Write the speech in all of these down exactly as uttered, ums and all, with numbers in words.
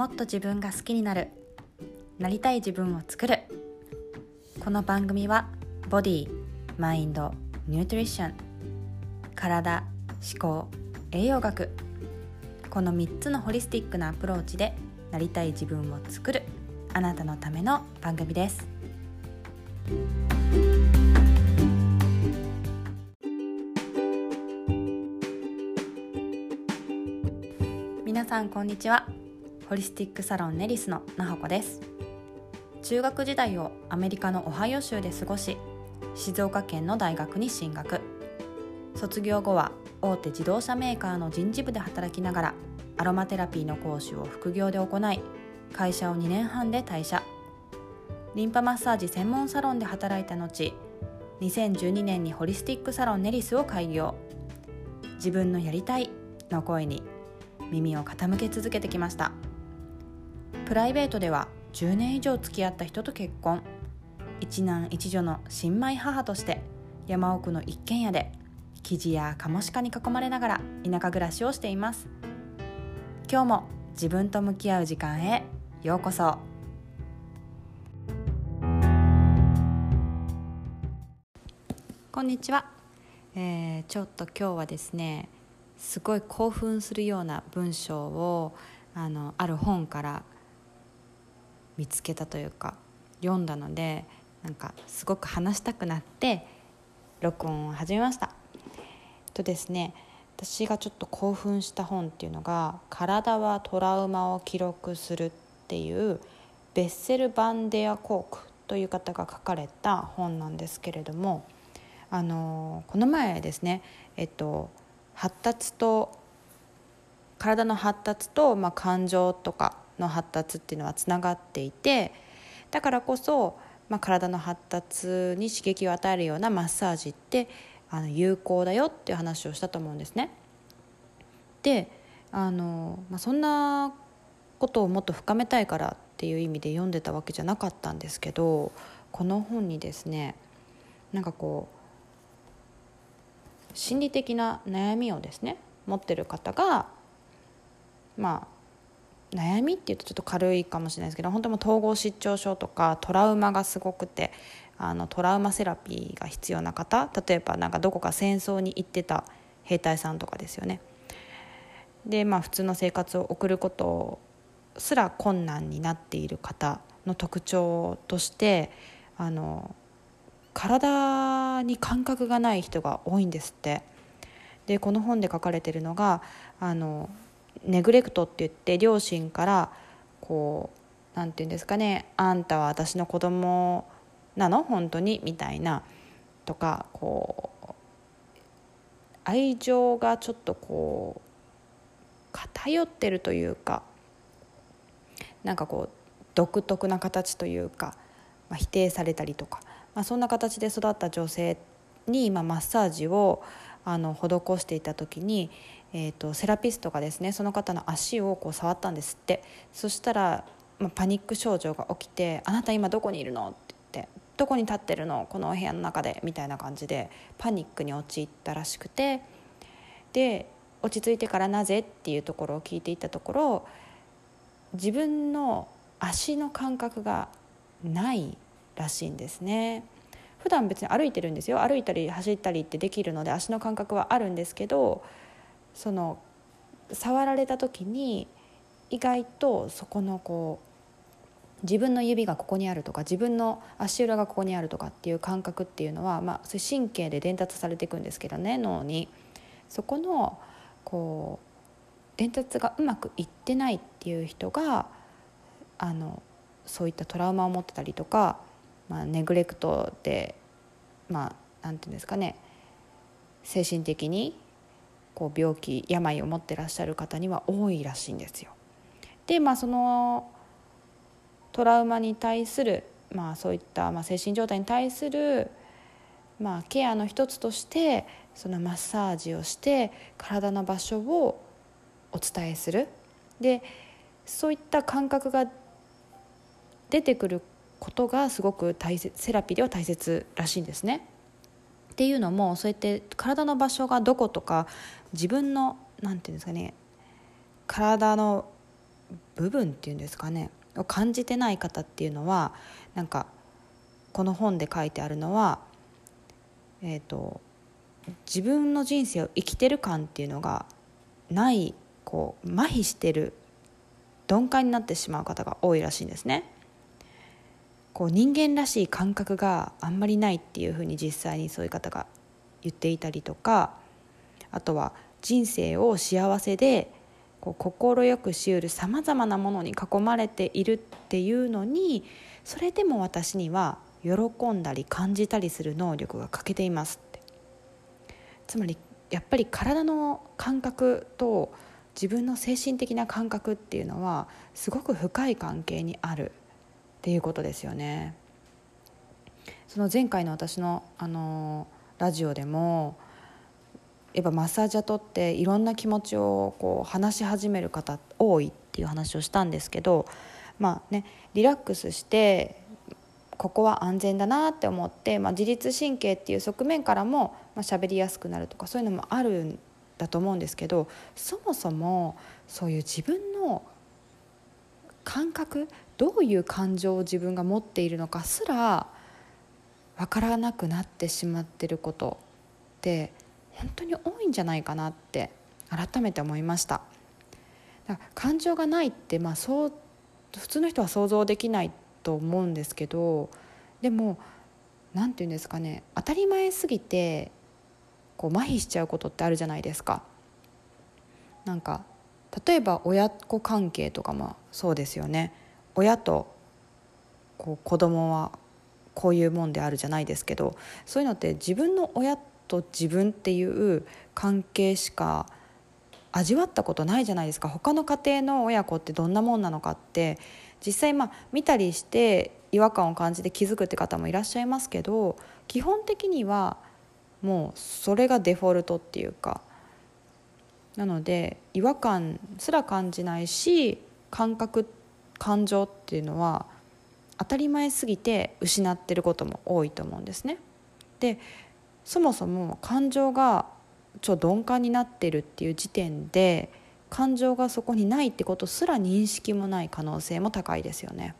もっと自分が好きになる、なりたい自分を作る。この番組はボディ、マインド、ニュートリション、体、思考、栄養学、このみっつのホリスティックなアプローチでなりたい自分を作るあなたのための番組です。皆さんこんにちは。ホリスティックサロンネリスのなほこです。中学時代をアメリカのオハイオ州で過ごし、静岡県の大学に進学。卒業後は大手自動車メーカーの人事部で働きながらアロマテラピーの講師を副業で行い、会社をにねんはんで退社。リンパマッサージ専門サロンで働いた後、にせんじゅうにねんにホリスティックサロンネリスを開業。自分のやりたいの声に耳を傾け続けてきました。プライベートではじゅうねん以上付き合った人と結婚。一男一女の新米母として山奥の一軒家でキジやカモシカに囲まれながら田舎暮らしをしています。今日も自分と向き合う時間へようこそ。こんにちは、えー、ちょっと今日はですね、すごい興奮するような文章をあのある本から見つけたというか読んだので、なんかすごく話したくなって録音を始めました。とですね、私がちょっと興奮した本っていうのが体はトラウマを記録するっていうベッセル・バンデアコークという方が書かれた本なんですけれども、あのこの前ですね、えっと発達と体の発達と、まあ、感情とかの発達っていうのはつながっていて、だからこそ、まあ、体の発達に刺激を与えるようなマッサージってあの有効だよっていう話をしたと思うんですね。であの、まあ、そんなことをもっと深めたいからっていう意味で読んでたわけじゃなかったんですけど、この本にですね、なんかこう心理的な悩みをですね持ってる方が、まあ悩みっていうとちょっと軽いかもしれないですけど、本当も統合失調症とかトラウマがすごくて、あのトラウマセラピーが必要な方、例えばなんかどこか戦争に行ってた兵隊さんとかですよね。で、まあ、普通の生活を送ることすら困難になっている方の特徴として、あの体に感覚がない人が多いんですって。でこの本で書かれているのが、あのネグレクトって言って、両親からこうなんていうんですかね、あんたは私の子供なの本当にみたいなとか、こう愛情がちょっとこう偏ってるというか、なんかこう独特な形というか、まあ、否定されたりとか、まあ、そんな形で育った女性に今マッサージをあの施していた時に、えーと、セラピストがですねその方の足をこう触ったんですって。そしたら、まあ、パニック症状が起きて、あなた今どこにいるのって言って、どこに立ってるのこのお部屋の中でみたいな感じでパニックに陥ったらしくて、で落ち着いてからなぜっていうところを聞いていたところ、自分の足の感覚がないらしいんですね。普段別に歩いてるんですよ。歩いたり走ったりってできるので足の感覚はあるんですけど、その触られた時に意外とそこのこう自分の指がここにあるとか、自分の足裏がここにあるとかっていう感覚っていうのは、まあ、それ神経で伝達されていくんですけどね、脳に。そこのこう伝達がうまくいってないっていう人が、あのそういったトラウマを持ってたりとか、まあ、ネグレクトで、まあ、なんていうんですかね、精神的にこう病気病を持ってらっしゃる方には多いらしいんですよ。で、まあ、そのトラウマに対する、まあ、そういった、まあ、精神状態に対する、まあ、ケアの一つとしてそのマッサージをして体の場所をお伝えする。でそういった感覚が出てくることがすごく大切、セラピーでは大切らしいんですね。っていうのも、そうやって体の場所がどことか、自分のなんていうんですかね、体の部分っていうんですかねを感じてない方っていうのは、なんかこの本で書いてあるのは、えーと、自分の人生を生きてる感っていうのがない、こう麻痺してる、鈍感になってしまう方が多いらしいんですね。こう人間らしい感覚があんまりないっていうふうに実際にそういう方が言っていたりとか、あとは人生を幸せでこう心よくしうるさまざまなものに囲まれているっていうのに、それでも私には喜んだり感じたりする能力が欠けていますって。つまりやっぱり体の感覚と自分の精神的な感覚っていうのはすごく深い関係にあるっていうことですよね。その前回の私の、あのラジオでもやっぱマッサージャーっていろんな気持ちをこう話し始める方多いっていう話をしたんですけど、まあね、リラックスしてここは安全だなって思って、まあ、自律神経っていう側面からも、まあ、喋りやすくなるとかそういうのもあるんだと思うんですけど、そもそもそういう自分の感覚、どういう感情を自分が持っているのかすら分からなくなってしまっていることって本当に多いんじゃないかなって改めて思いました。だから感情がないって、まあ、そう普通の人は想像できないと思うんですけど、でもなんていうんですかね、当たり前すぎてこう麻痺しちゃうことってあるじゃないですか。なんか例えば親子関係とかもそうですよね。親とこう子供はこういうもんであるじゃないですけど、そういうのって自分の親と自分っていう関係しか味わったことないじゃないですか。他の家庭の親子ってどんなもんなのかって実際まあ見たりして違和感を感じて気づくって方もいらっしゃいますけど、基本的にはもうそれがデフォルトっていうか、なので違和感すら感じないし、感覚感情っていうのは当たり前すぎて失ってることも多いと思うんですね。でそもそも感情がちょっと鈍感になってるっていう時点で感情がそこにないってことすら認識もない可能性も高いですよね。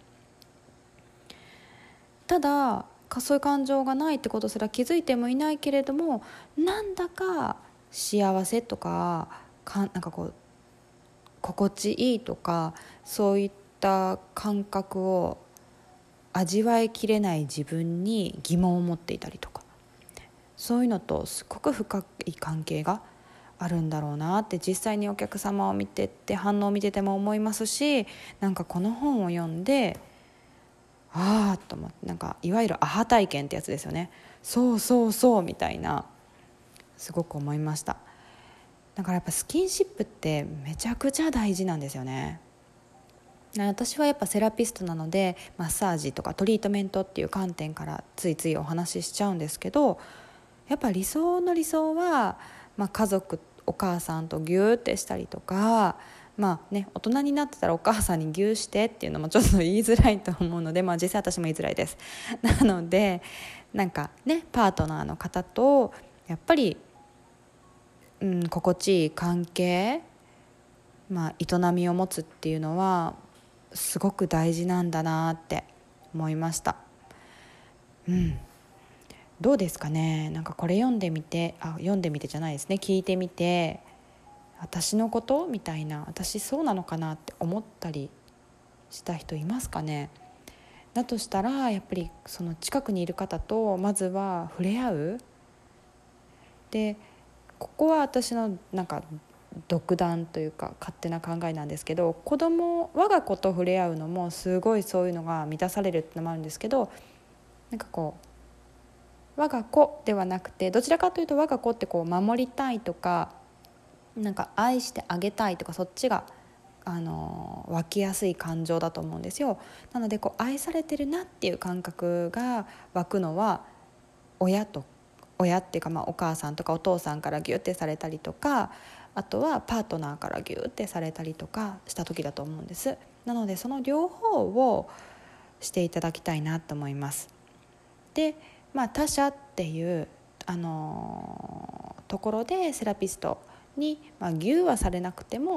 ただそういう感情がないってことすら気づいてもいないけれども、なんだか幸せとか、かなんかこう心地いいとかそういった感覚を味わいきれない自分に疑問を持っていたりとか、そういうのとすごく深い関係があるんだろうなって実際にお客様を見てって反応を見てても思いますし、なんかこの本を読んでああと思って、なんかいわゆるアハ体験ってやつですよね。そうそうそうみたいな、すごく思いました。だからやっぱスキンシップってめちゃくちゃ大事なんですよね。私はやっぱセラピストなのでマッサージとかトリートメントっていう観点からついついお話ししちゃうんですけど、やっぱ理想の理想は、まあ、家族お母さんとギューってしたりとか、まあね、大人になってたらお母さんにギューしてっていうのもちょっと言いづらいと思うので、まあ、実際私も言いづらいですなのでなんかねパートナーの方とやっぱり、うん、心地いい関係、まあ、営みを持つっていうのはすごく大事なんだなって思いました。うん、どうですかね。なんかこれ読んでみて、あ、読んでみてじゃないですね、聞いてみて、私のことみたいな、私そうなのかなって思ったりした人いますかね。だとしたらやっぱりその近くにいる方とまずは触れ合う。でここは私のなんか独断というか勝手な考えなんですけど、子供我が子と触れ合うのもすごいそういうのが満たされるってのもあるんですけど、なんかこう我が子ではなくてどちらかというと我が子ってこう守りたいとかなんか愛してあげたいとか、そっちがあの湧きやすい感情だと思うんですよ。なのでこう愛されてるなっていう感覚が湧くのは親と親っていうか、まあお母さんとかお父さんからギュッてされたりとか、あとはパートナーからギュッてされたりとかした時だと思うんです。なのでその両方をしていただきたいなと思います。で、まあ、他者っていう、あのーところでセラピストに、まあ、ギューはされなくても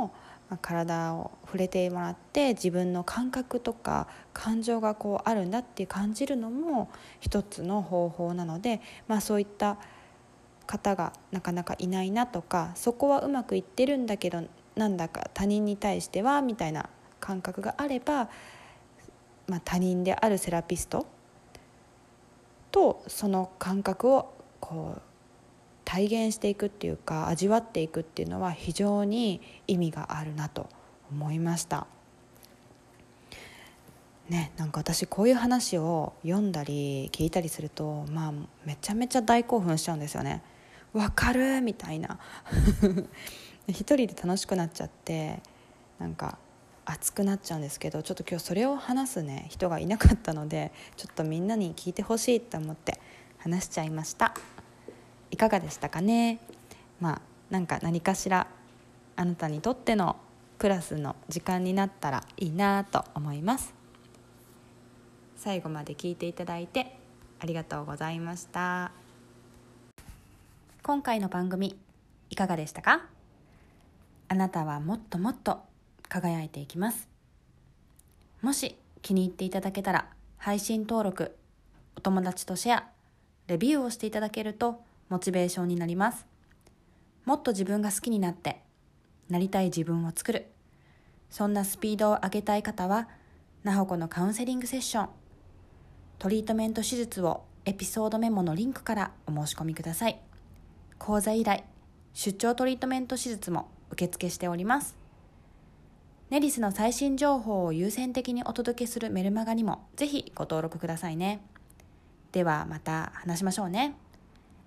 まあ、体を触れてもらって自分の感覚とか感情がこうあるんだって感じるのも一つの方法なので、まあ、そういった方がなかなかいないなとか、そこはうまくいってるんだけどなんだか他人に対してはみたいな感覚があれば、まあ、他人であるセラピストとその感覚をこう体現していくっていうか味わっていくっていうのは非常に意味があるなと思いましたね。なんか私こういう話を読んだり聞いたりすると、まあめちゃめちゃ大興奮しちゃうんですよね。わかるみたいな一人で楽しくなっちゃってなんか熱くなっちゃうんですけど、ちょっと今日それを話すね人がいなかったので、ちょっとみんなに聞いてほしいと思って話しちゃいました。いかがでしたかね。まあなんか何かしらあなたにとってのクラスの時間になったらいいなと思います。最後まで聞いていただいてありがとうございました。今回の番組いかがでしたか。あなたはもっともっと輝いていきます。もし気に入っていただけたら配信登録、お友達とシェア、レビューをしていただけるとモチベーションになります。もっと自分が好きになってなりたい自分を作る、そんなスピードを上げたい方はなほこのカウンセリングセッション、トリートメント手術をエピソードメモのリンクからお申し込みください。講座依頼、出張トリートメント手術も受付しております。ネリスの最新情報を優先的にお届けするメルマガにもぜひご登録くださいね。ではまた話しましょうね。